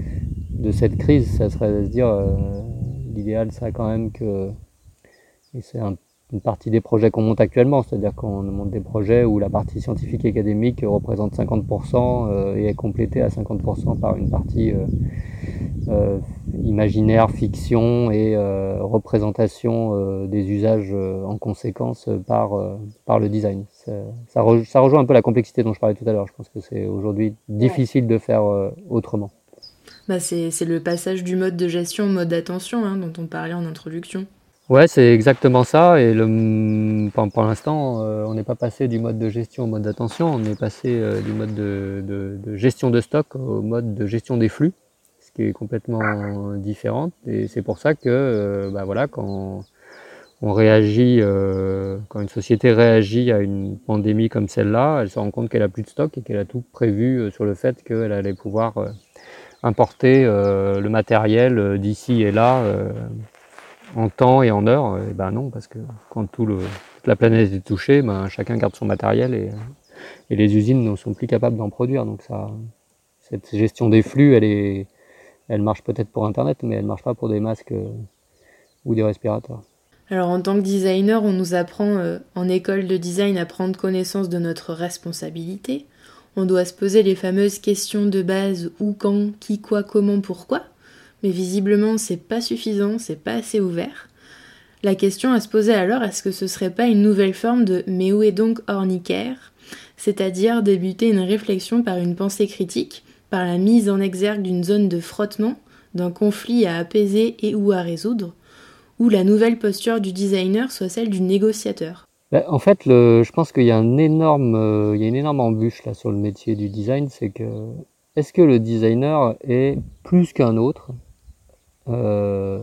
de cette crise, ça serait de se dire, euh, l'idéal serait quand même que, et c'est un une partie des projets qu'on monte actuellement, c'est-à-dire qu'on monte des projets où la partie scientifique et académique représente cinquante pour cent euh, et est complétée à cinquante pour cent par une partie euh, euh, imaginaire, fiction et euh, représentation euh, des usages euh, en conséquence par, euh, par le design. Ça, ça, re, ça rejoint un peu la complexité dont je parlais tout à l'heure. Je pense que c'est aujourd'hui difficile de faire euh, autrement. Bah c'est, c'est le passage du mode de gestion au mode d'attention hein, dont on parlait en introduction. Ouais, c'est exactement ça. Et le, pour, pour l'instant, euh, on n'est pas passé du mode de gestion au mode d'attention. On est passé euh, du mode de, de, de gestion de stock au mode de gestion des flux, ce qui est complètement différent. Et c'est pour ça que, euh, bah voilà, quand on réagit, euh, quand une société réagit à une pandémie comme celle-là, elle se rend compte qu'elle a plus de stock et qu'elle a tout prévu sur le fait qu'elle allait pouvoir euh, importer euh, le matériel euh, d'ici et là. Euh, en temps et en heure, et ben non, parce que quand tout le, toute la planète est touchée, ben chacun garde son matériel et, et les usines ne sont plus capables d'en produire. Donc ça, cette gestion des flux, elle est, elle marche peut-être pour Internet, mais elle marche pas pour des masques euh, ou des respirateurs. Alors en tant que designer, on nous apprend euh, en école de design à prendre connaissance de notre responsabilité. On doit se poser les fameuses questions de base où, quand, qui, quoi, comment, pourquoi. Mais visiblement, c'est pas suffisant, c'est pas assez ouvert. La question à se poser alors, est-ce que ce serait pas une nouvelle forme de « mais où est donc Horniker ?» C'est-à-dire débuter une réflexion par une pensée critique, par la mise en exergue d'une zone de frottement, d'un conflit à apaiser et ou à résoudre, ou la nouvelle posture du designer soit celle du négociateur? Ben, en fait, le, je pense qu'il y a un énorme, euh, il y a une énorme embûche là sur le métier du design, c'est que est-ce que le designer est plus qu'un autre, euh,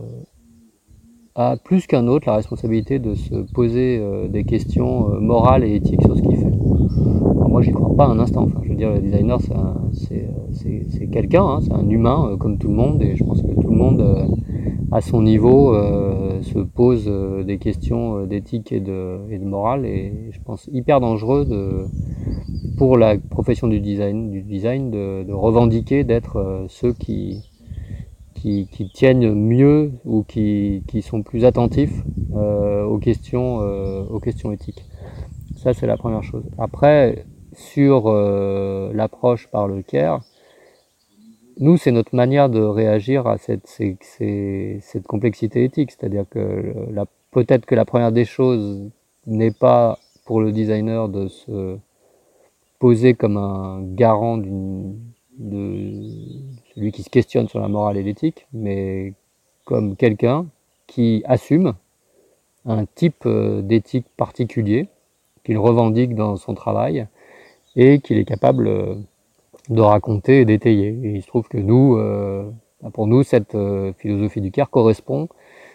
a plus qu'un autre la responsabilité de se poser euh, des questions euh, morales et éthiques sur ce qu'il fait? Alors moi, j'y crois pas un instant. Enfin, je veux dire, le designer, c'est un- c'est c'est- c'est quelqu'un, hein, c'est un humain euh, comme tout le monde, et je pense que tout le monde, euh, à son niveau, euh, se pose euh, des questions euh, d'éthique et de, et de morale, et je pense hyper dangereux de, pour la profession du design, du design de, de revendiquer d'être euh, ceux qui, qui, qui tiennent mieux ou qui, qui sont plus attentifs euh, aux questions, euh, aux questions éthiques. Ça, c'est la première chose. Après, sur euh, l'approche par le care, nous, c'est notre manière de réagir à cette, ces- ces- cette complexité éthique. C'est-à-dire que la- peut-être que la première des choses n'est pas pour le designer de se poser comme un garant d'une, de celui qui se questionne sur la morale et l'éthique, mais comme quelqu'un qui assume un type euh, d'éthique particulier, qu'il revendique dans son travail et qu'il est capable euh, de raconter et d'étayer. Et il se trouve que nous, euh, pour nous, cette euh, philosophie du care correspond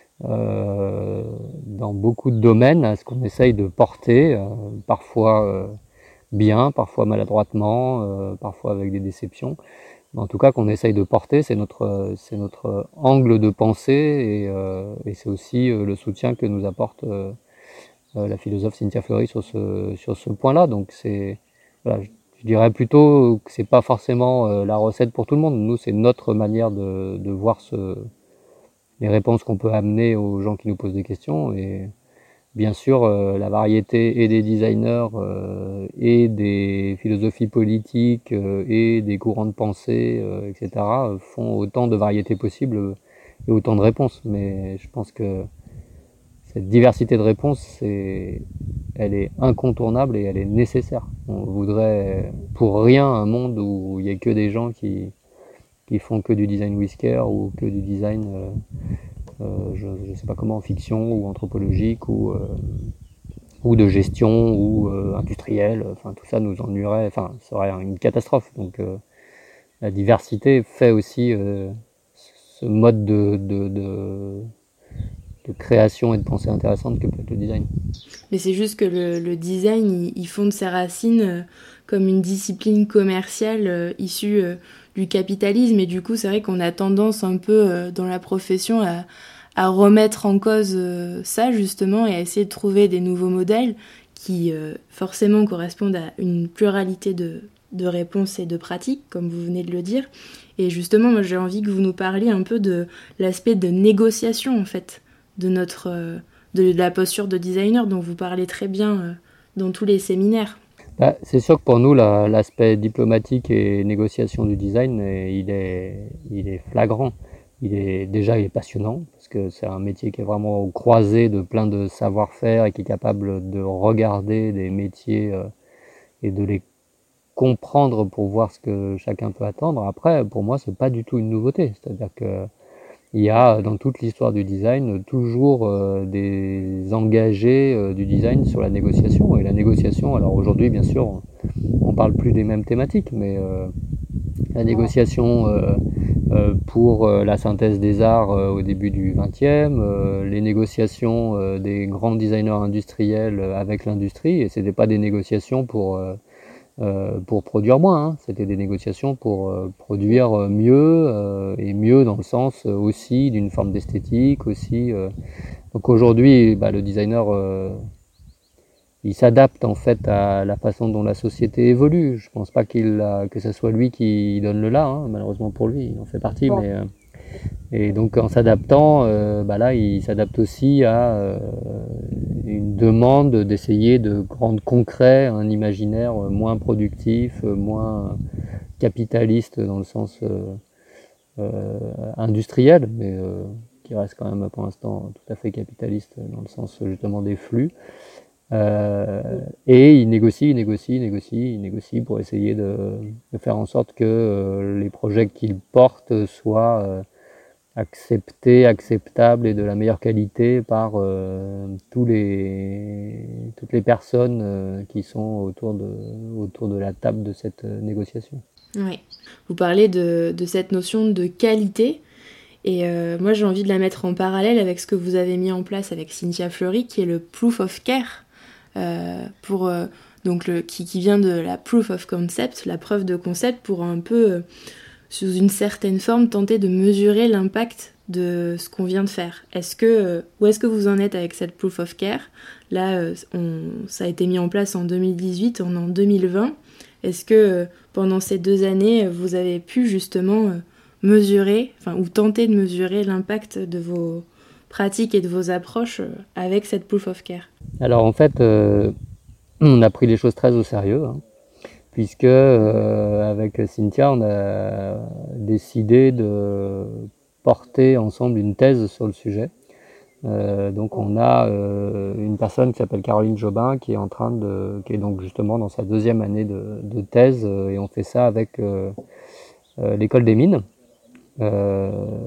euh, dans beaucoup de domaines à ce qu'on essaye de porter, euh, parfois euh, bien, parfois maladroitement, euh, parfois avec des déceptions. Mais en tout cas, qu'on essaye de porter, c'est notre, c'est notre angle de pensée, et, euh, et c'est aussi euh, le soutien que nous apporte euh, euh, la philosophe Cynthia Fleury sur ce, sur ce point-là. Donc c'est, voilà, je, je dirais plutôt que c'est pas forcément euh, la recette pour tout le monde. Nous, c'est notre manière de, de voir ce, les réponses qu'on peut amener aux gens qui nous posent des questions. Et bien sûr, euh, la variété et des designers euh, et des philosophies politiques euh, et des courants de pensée, euh, et cetera, font autant de variétés possibles et autant de réponses. Mais je pense que cette diversité de réponses, c'est, elle est incontournable et elle est nécessaire. On voudrait pour rien un monde où il n'y a que des gens qui, qui font que du design whisker ou que du design, euh, euh, je ne sais pas comment, en fiction ou anthropologique ou, euh, ou de gestion ou euh, industriel. Enfin, tout ça nous ennuierait, enfin, ce serait une catastrophe. Donc, euh, la diversité fait aussi euh, ce mode de, de, de, de création et de pensée intéressante que peut être le design. Mais c'est juste que le, le design, il, il fonde ses racines euh, comme une discipline commerciale euh, issue euh, du capitalisme. Et du coup, c'est vrai qu'on a tendance un peu euh, dans la profession à, à remettre en cause euh, ça, justement, et à essayer de trouver des nouveaux modèles qui, euh, forcément, correspondent à une pluralité de, de réponses et de pratiques, comme vous venez de le dire. Et justement, moi, j'ai envie que vous nous parliez un peu de l'aspect de négociation, en fait, de notre... Euh, de la posture de designer dont vous parlez très bien euh, dans tous les séminaires. Bah, c'est sûr que pour nous, la, l'aspect diplomatique et négociation du design, il est, il est flagrant. Il est, déjà, il est passionnant, parce que c'est un métier qui est vraiment au croisé de plein de savoir-faire et qui est capable de regarder des métiers euh, et de les comprendre pour voir ce que chacun peut attendre. Après, pour moi, c'est pas du tout une nouveauté. C'est-à-dire que il y a dans toute l'histoire du design toujours euh, des engagés euh, du design sur la négociation. Et la négociation, alors aujourd'hui bien sûr on parle plus des mêmes thématiques, mais euh, la négociation euh, euh, pour euh, la synthèse des arts euh, au début du vingtième, euh, les négociations euh, des grands designers industriels avec l'industrie, et c'était pas des négociations pour euh, euh, pour produire moins, hein. C'était des négociations pour euh, produire mieux, euh, et mieux dans le sens euh, aussi d'une forme d'esthétique aussi. Euh. Donc aujourd'hui, bah, le designer, euh, il s'adapte en fait à la façon dont la société évolue. Je pense pas qu'il a, que ce soit lui qui donne le là, hein. Malheureusement pour lui, il en fait partie, bon. mais euh, et donc en s'adaptant, euh, bah là, il s'adapte aussi à euh, une demande d'essayer de rendre concret un imaginaire moins productif, moins capitaliste dans le sens euh, euh, industriel, mais euh, qui reste quand même pour l'instant tout à fait capitaliste dans le sens justement des flux. Euh, et il négocie, il négocie, il négocie, il négocie pour essayer de, de faire en sorte que euh, les projets qu'il porte soient euh, accepté, acceptable et de la meilleure qualité par euh, tous les, toutes les personnes euh, qui sont autour de, autour de la table de cette euh, négociation. Oui. Vous parlez de, de cette notion de qualité, et euh, moi j'ai envie de la mettre en parallèle avec ce que vous avez mis en place avec Cynthia Fleury, qui est le Proof of Care, euh, pour, euh, donc le, qui, qui vient de la Proof of Concept, la preuve de concept, pour un peu, euh, sous une certaine forme, tenter de mesurer l'impact de ce qu'on vient de faire. Est-ce que, euh, où est-ce que vous en êtes avec cette Proof of Care ? Là, euh, on, ça a été mis en place en deux mille dix-huit, on est en deux mille vingt. Est-ce que euh, pendant ces deux années, vous avez pu justement euh, mesurer, enfin, ou tenter de mesurer l'impact de vos pratiques et de vos approches euh, avec cette Proof of Care ? Alors en fait, euh, on a pris les choses très au sérieux, hein, puisque euh, avec Cynthia, on a décidé de porter ensemble une thèse sur le sujet. Euh, donc on a euh, une personne qui s'appelle Caroline Jobin qui est en train de, qui est donc justement dans sa deuxième année de, de thèse, euh, et on fait ça avec euh, euh, l'école des mines euh,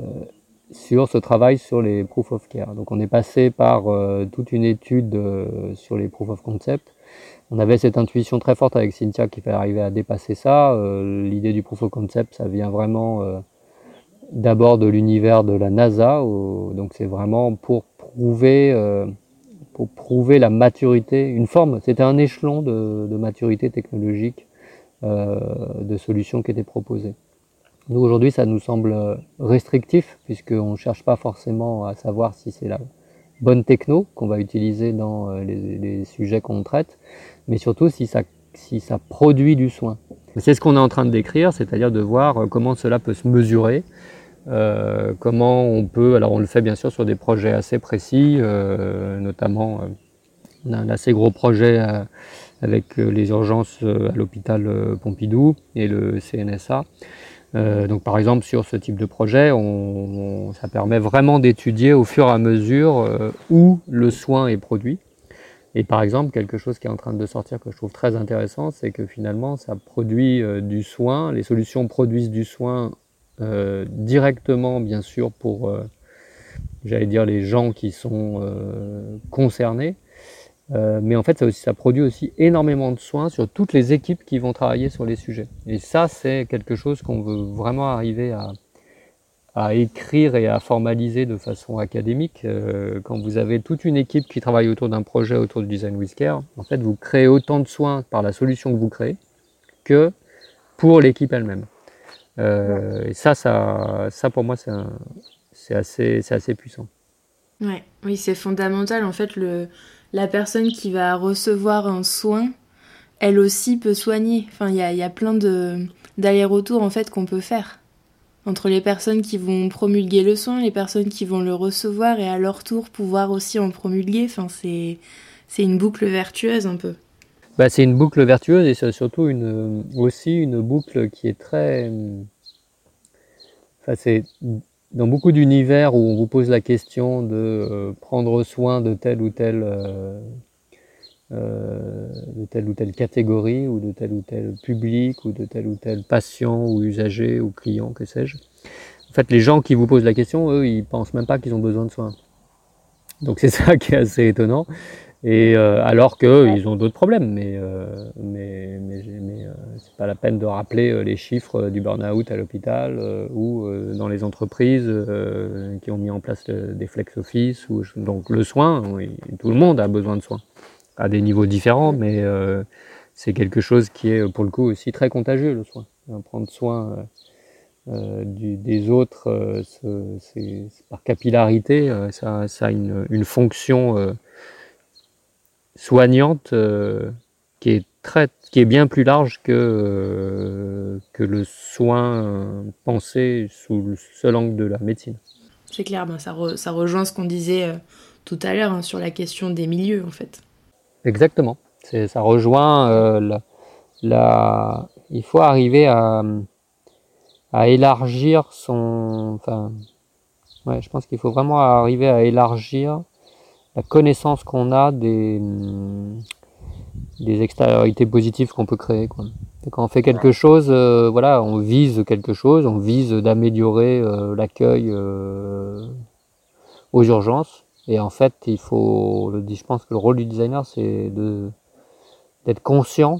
sur ce travail sur les proof of care. Donc on est passé par euh, toute une étude euh, sur les proof of concept. On avait cette intuition très forte avec Cynthia qu'il fallait arriver à dépasser ça. Euh, l'idée du proof of concept, ça vient vraiment euh, d'abord de l'univers de la NASA, où, donc c'est vraiment pour prouver, euh, pour prouver la maturité, une forme, c'était un échelon de, de maturité technologique euh, de solutions qui étaient proposées. Nous aujourd'hui ça nous semble restrictif, puisqu'on ne cherche pas forcément à savoir si c'est la bonne techno qu'on va utiliser dans les, les sujets qu'on traite, mais surtout si ça, si ça produit du soin. C'est ce qu'on est en train de décrire, c'est-à-dire de voir comment cela peut se mesurer, euh, comment on peut, alors on le fait bien sûr sur des projets assez précis, euh, notamment euh, on a un assez gros projet euh, avec les urgences euh, à l'hôpital euh, Pompidou et le C N S A. Euh, donc par exemple sur ce type de projet, on, on, ça permet vraiment d'étudier au fur et à mesure euh, où le soin est produit. Et par exemple, quelque chose qui est en train de sortir que je trouve très intéressant, c'est que finalement ça produit euh, du soin, les solutions produisent du soin euh, directement bien sûr pour, euh, j'allais dire, les gens qui sont euh, concernés, euh, mais en fait ça, aussi, ça produit aussi énormément de soins sur toutes les équipes qui vont travailler sur les sujets. Et ça c'est quelque chose qu'on veut vraiment arriver à, à écrire et à formaliser de façon académique. Euh, quand vous avez toute une équipe qui travaille autour d'un projet, autour du design with care, en fait, vous créez autant de soins par la solution que vous créez que pour l'équipe elle-même. Euh, et ça, ça, ça pour moi, c'est, un, c'est, assez, c'est assez puissant. Ouais, oui, c'est fondamental. En fait, le, la personne qui va recevoir un soin, elle aussi peut soigner. Enfin, il y a, y a plein de, d'allers-retours en fait qu'on peut faire entre les personnes qui vont promulguer le soin, les personnes qui vont le recevoir et à leur tour pouvoir aussi en promulguer. Enfin, c'est, c'est une boucle vertueuse un peu. Bah, c'est une boucle vertueuse et c'est surtout une, aussi une boucle qui est très... Enfin, c'est dans beaucoup d'univers où on vous pose la question de euh, prendre soin de telle ou telle... Euh, Euh, de telle ou telle catégorie ou de tel ou tel public ou de tel ou tel patient ou usager ou client, que sais-je. En fait, les gens qui vous posent la question, eux, ils pensent même pas qu'ils ont besoin de soins. Donc c'est ça qui est assez étonnant. Et euh, alors qu'eux, ils ont d'autres problèmes, mais, euh, mais, mais, mais euh, c'est pas la peine de rappeler euh, les chiffres du burn-out à l'hôpital euh, ou euh, dans les entreprises euh, qui ont mis en place le, des flex office. Ou, donc le soin, oui, tout le monde a besoin de soins, à des niveaux différents, mais euh, c'est quelque chose qui est pour le coup aussi très contagieux, le soin. Prendre soin euh, euh, du, des autres, euh, c'est, c'est par capillarité, euh, ça, ça a une, une fonction euh, soignante euh, qui est très, qui est bien plus large que euh, que le soin euh, pensé sous le seul angle de la médecine. C'est clair, ben ça, re, ça rejoint ce qu'on disait euh, tout à l'heure hein, sur la question des milieux en fait. Exactement. C'est, ça rejoint euh, la, la. Il faut arriver à, à élargir son. Enfin, ouais, je pense qu'il faut vraiment arriver à élargir la connaissance qu'on a des des extériorités positives qu'on peut créer, quoi. Quand on fait quelque chose, euh, voilà, on vise quelque chose, on vise d'améliorer euh, l'accueil euh, aux urgences. Et en fait, il faut, je pense que le rôle du designer, c'est de, d'être conscient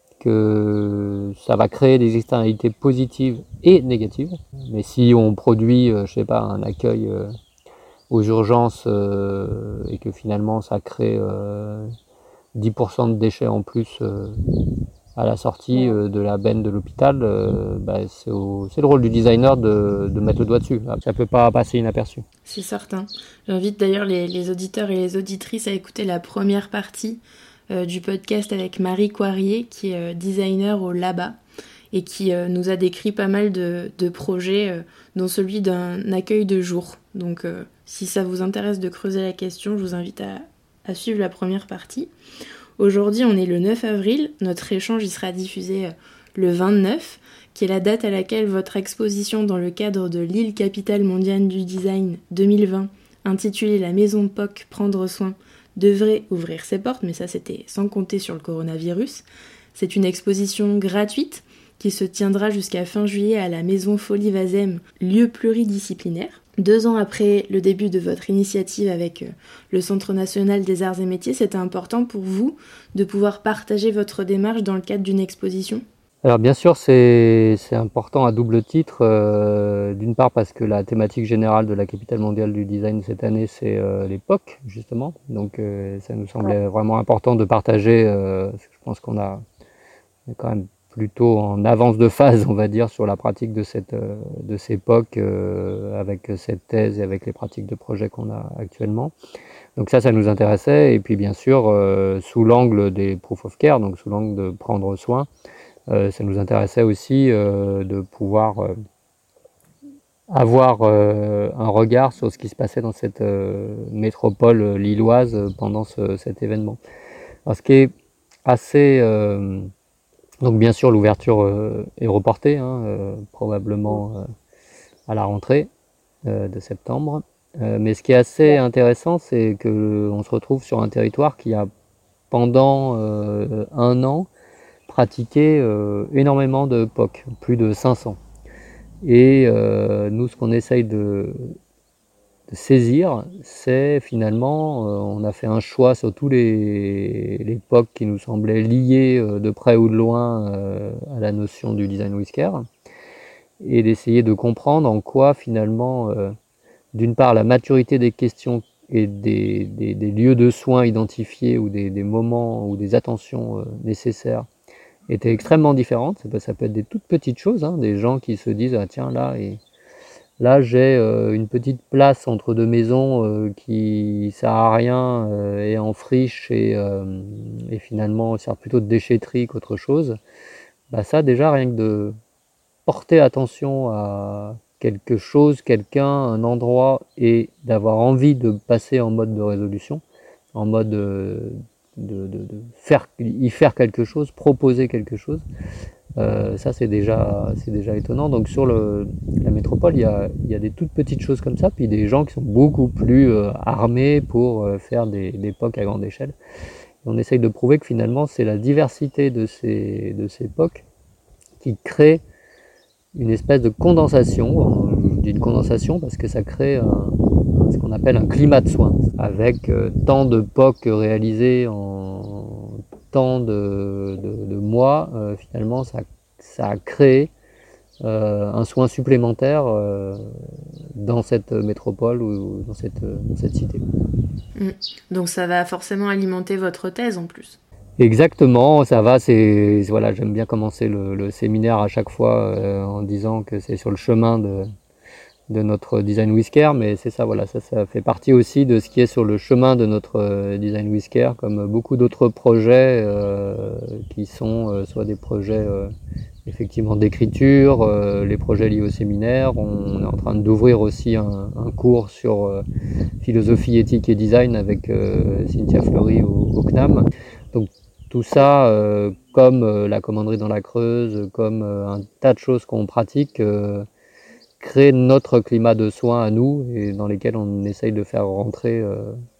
que ça va créer des externalités positives et négatives. Mais si on produit, euh, je sais pas, un accueil euh, aux urgences euh, et que finalement ça crée euh, dix pour cent de déchets en plus euh, à la sortie euh, de la benne de l'hôpital, euh, bah, c'est, au, c'est le rôle du designer de, de mettre le doigt dessus. Ça peut pas passer inaperçu. C'est certain. J'invite d'ailleurs les, les auditeurs et les auditrices à écouter la première partie euh, du podcast avec Marie Coirier, qui est euh, designer au Laba et qui euh, nous a décrit pas mal de, de projets, euh, dont celui d'un accueil de jour. Donc euh, si ça vous intéresse de creuser la question, je vous invite à, à suivre la première partie. Aujourd'hui, on est le neuf avril. Notre échange y sera diffusé euh, le vingt-neuf, qui est la date à laquelle votre exposition dans le cadre de Lille Capitale Mondiale du Design deux mille vingt, intitulée La Maison P O C Prendre Soin, devrait ouvrir ses portes, mais ça c'était sans compter sur le coronavirus. C'est une exposition gratuite qui se tiendra jusqu'à fin juillet à la Maison Folie Vazem, lieu pluridisciplinaire. Deux ans après le début de votre initiative avec le Centre national des arts et métiers, c'était important pour vous de pouvoir partager votre démarche dans le cadre d'une exposition ? Alors bien sûr, c'est, c'est important à double titre. Euh, d'une part parce que la thématique générale de la capitale mondiale du design cette année, c'est euh, l'époque, justement. Donc euh, ça nous semblait vraiment important de partager. Euh, parce que je pense qu'on a, on est quand même plutôt en avance de phase, on va dire, sur la pratique de cette euh, de cette époque, euh, avec cette thèse et avec les pratiques de projet qu'on a actuellement. Donc ça, ça nous intéressait. Et puis bien sûr, euh, sous l'angle des proof of care, donc sous l'angle de prendre soin, euh, ça nous intéressait aussi euh, de pouvoir euh, avoir euh, un regard sur ce qui se passait dans cette euh, métropole lilloise pendant ce, cet événement. Alors, ce qui est assez euh, Donc bien sûr l'ouverture euh, est reportée, hein, euh, probablement euh, à la rentrée euh, de septembre. Euh, mais ce qui est assez intéressant, c'est qu'on se retrouve sur un territoire qui a pendant euh, un an pratiqué euh, énormément de P O C, plus de cinq cents. Et euh, nous, ce qu'on essaye de, de saisir, c'est finalement, euh, on a fait un choix sur tous les, les P O C qui nous semblaient liés euh, de près ou de loin euh, à la notion du design with care, et d'essayer de comprendre en quoi finalement, euh, d'une part, la maturité des questions et des, des, des lieux de soins identifiés ou des, des moments ou des attentions euh, nécessaires étaient extrêmement différentes. Ça peut, ça peut être des toutes petites choses, hein, des gens qui se disent ah tiens là et Là, j'ai euh, une petite place entre deux maisons euh, qui sert à rien euh, et en friche et, euh, et finalement sert plutôt de déchetterie qu'autre chose. Bah ça, déjà, rien que de porter attention à quelque chose, quelqu'un, un endroit et d'avoir envie de passer en mode de résolution, en mode de, de, de, de faire, y faire quelque chose, proposer quelque chose. Euh, ça c'est déjà, c'est déjà étonnant. Donc sur le, la métropole, il y a, il y a des toutes petites choses comme ça, puis des gens qui sont beaucoup plus euh, armés pour euh, faire des, des P O C à grande échelle. Et on essaye de prouver que finalement c'est la diversité de ces, de ces P O C qui crée une espèce de condensation. Je dis une condensation parce que ça crée un, ce qu'on appelle un climat de soins, avec euh, tant de P O C réalisés en tant de, de, de mois, euh, finalement ça, ça a créé euh, un soin supplémentaire euh, dans cette métropole ou dans cette, dans cette cité. Mmh. Donc ça va forcément alimenter votre thèse en plus. Exactement, ça va, c'est voilà, j'aime bien commencer le, le séminaire à chaque fois euh, en disant que c'est sur le chemin de de notre design with care, mais c'est ça, voilà, ça, ça fait partie aussi de ce qui est sur le chemin de notre euh, design with care, comme beaucoup d'autres projets euh, qui sont euh, soit des projets euh, effectivement d'écriture, euh, les projets liés au séminaire. On, on est en train d'ouvrir aussi un, un cours sur euh, philosophie, éthique et design avec euh, Cynthia Fleury au, au C N A M. Donc tout ça, euh, comme euh, la commanderie dans la Creuse, comme euh, un tas de choses qu'on pratique, euh, créer notre climat de soins à nous et dans lesquels on essaye de faire rentrer euh,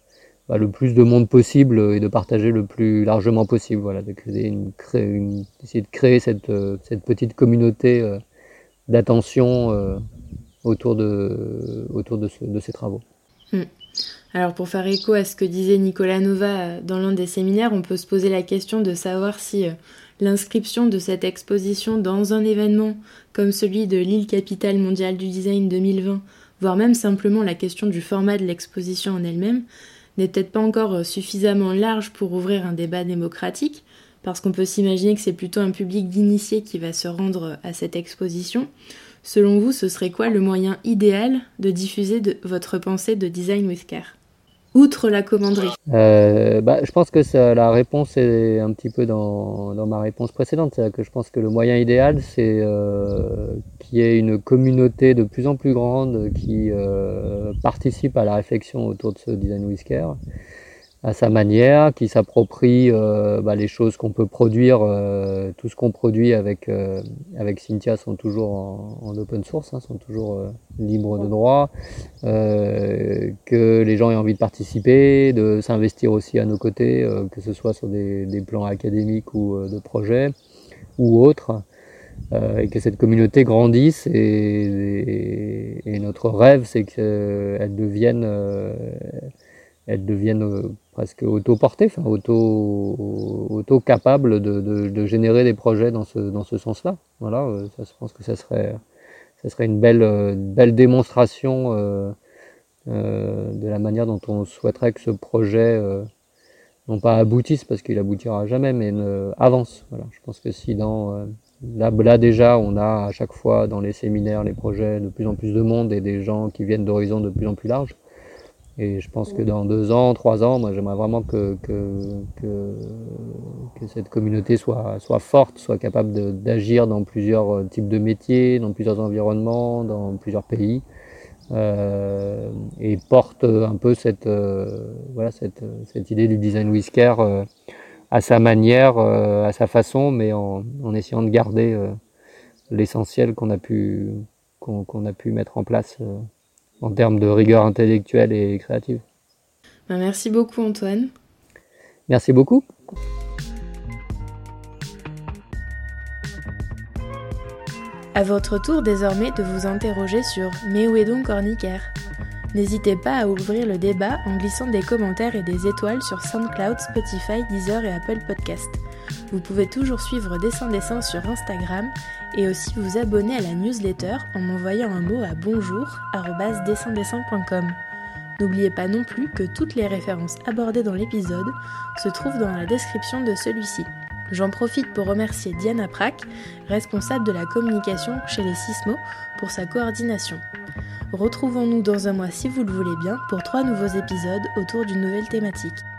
bah, le plus de monde possible et de partager le plus largement possible. Voilà, de créer une, créer une, essayer de créer cette, euh, cette petite communauté euh, d'attention euh, autour, de, autour de, ce, de ces travaux. Mmh. Alors pour faire écho à ce que disait Nicolas Nova dans l'un des séminaires, on peut se poser la question de savoir si euh, l'inscription de cette exposition dans un événement comme celui de l'île capitale mondiale du design deux mille vingt, voire même simplement la question du format de l'exposition en elle-même, n'est peut-être pas encore suffisamment large pour ouvrir un débat démocratique, parce qu'on peut s'imaginer que c'est plutôt un public d'initiés qui va se rendre à cette exposition. Selon vous, ce serait quoi le moyen idéal de diffuser de votre pensée de Design with Care ? Outre la commanderie. Euh, bah, je pense que ça, la réponse est un petit peu dans, dans ma réponse précédente. C'est-à-dire que je pense que le moyen idéal, c'est euh, qu'il y ait une communauté de plus en plus grande qui euh, participe à la réflexion autour de ce Design with Care, à sa manière, qui s'approprie euh, bah, les choses qu'on peut produire. Euh, tout ce qu'on produit avec, euh, avec Cynthia sont toujours en, en open source, hein, sont toujours euh, libres de droit. Euh, que les gens aient envie de participer, de s'investir aussi à nos côtés, euh, que ce soit sur des, des plans académiques ou euh, de projets ou autres, euh, et que cette communauté grandisse. Et, et, et notre rêve, c'est qu'elle devienne, euh, elle devienne euh, presque auto-portée, enfin auto, auto-capable de, de, de générer des projets dans ce, dans ce sens-là. Voilà, euh, ça, je pense que ça serait Ce serait une belle, une belle démonstration euh, euh, de la manière dont on souhaiterait que ce projet, euh, non pas aboutisse, parce qu'il aboutira jamais, mais ne, avance. Voilà. Je pense que si dans, euh, là, là déjà, on a à chaque fois dans les séminaires, les projets, de plus en plus de monde et des gens qui viennent d'horizons de plus en plus larges. Et je pense que dans deux ans, trois ans, moi j'aimerais vraiment que, que, que, que cette communauté soit, soit forte, soit capable de, d'agir dans plusieurs types de métiers, dans plusieurs environnements, dans plusieurs pays, euh, et porte un peu cette, euh, voilà, cette, cette idée du Design with Care euh, à sa manière, euh, à sa façon, mais en, en essayant de garder euh, l'essentiel qu'on a pu, qu'on, qu'on a pu mettre en place euh, en termes de rigueur intellectuelle et créative. Ben, merci beaucoup Antoine. Merci beaucoup. À votre tour désormais de vous interroger sur « Mais où est donc Ornicare ?» N'hésitez pas à ouvrir le débat en glissant des commentaires et des étoiles sur SoundCloud, Spotify, Deezer et Apple Podcast. Vous pouvez toujours suivre Dessin Dessin sur Instagram et aussi vous abonner à la newsletter en m'envoyant un mot à bonjour arobase dessin dessin point com. N'oubliez pas non plus que toutes les références abordées dans l'épisode se trouvent dans la description de celui-ci. J'en profite pour remercier Diana Prac, responsable de la communication chez les Sismo, pour sa coordination. Retrouvons-nous dans un mois si vous le voulez bien pour trois nouveaux épisodes autour d'une nouvelle thématique.